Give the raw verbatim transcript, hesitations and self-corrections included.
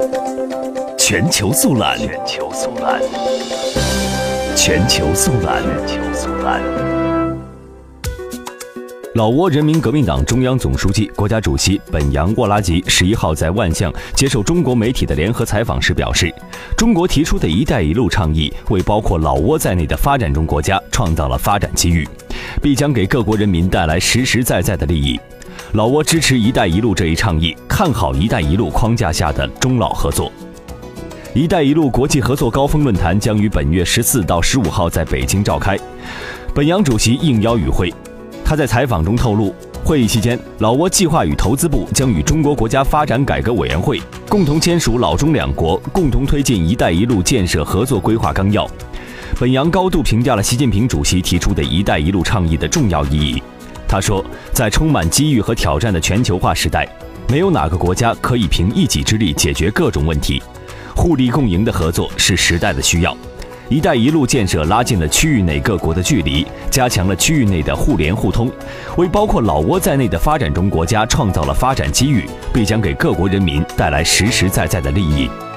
全球速览，全球速览，全球速览，全球速览。老挝人民革命党中央总书记、国家主席本扬沃拉吉十一号在万象接受中国媒体的联合采访时表示，中国提出的一带一路倡议为包括老挝在内的发展中国家创造了发展机遇，必将给各国人民带来实实在在的利益。老挝支持一带一路这一倡议，看好一带一路框架下的中老合作。一带一路国际合作高峰论坛将于本月十四到十五号在北京召开，本扬主席应邀与会。他在采访中透露，会议期间，老挝计划与投资部将与中国国家发展改革委员会共同签署老中两国共同推进“一带一路”建设合作规划纲要。本扬高度评价了习近平主席提出的一带一路倡议的重要意义。他说，在充满机遇和挑战的全球化时代，没有哪个国家可以凭一己之力解决各种问题，互利共赢的合作是时代的需要。一带一路建设拉近了区域内各国的距离，加强了区域内的互联互通，为包括老挝在内的发展中国家创造了发展机遇，必将给各国人民带来实实在在的利益。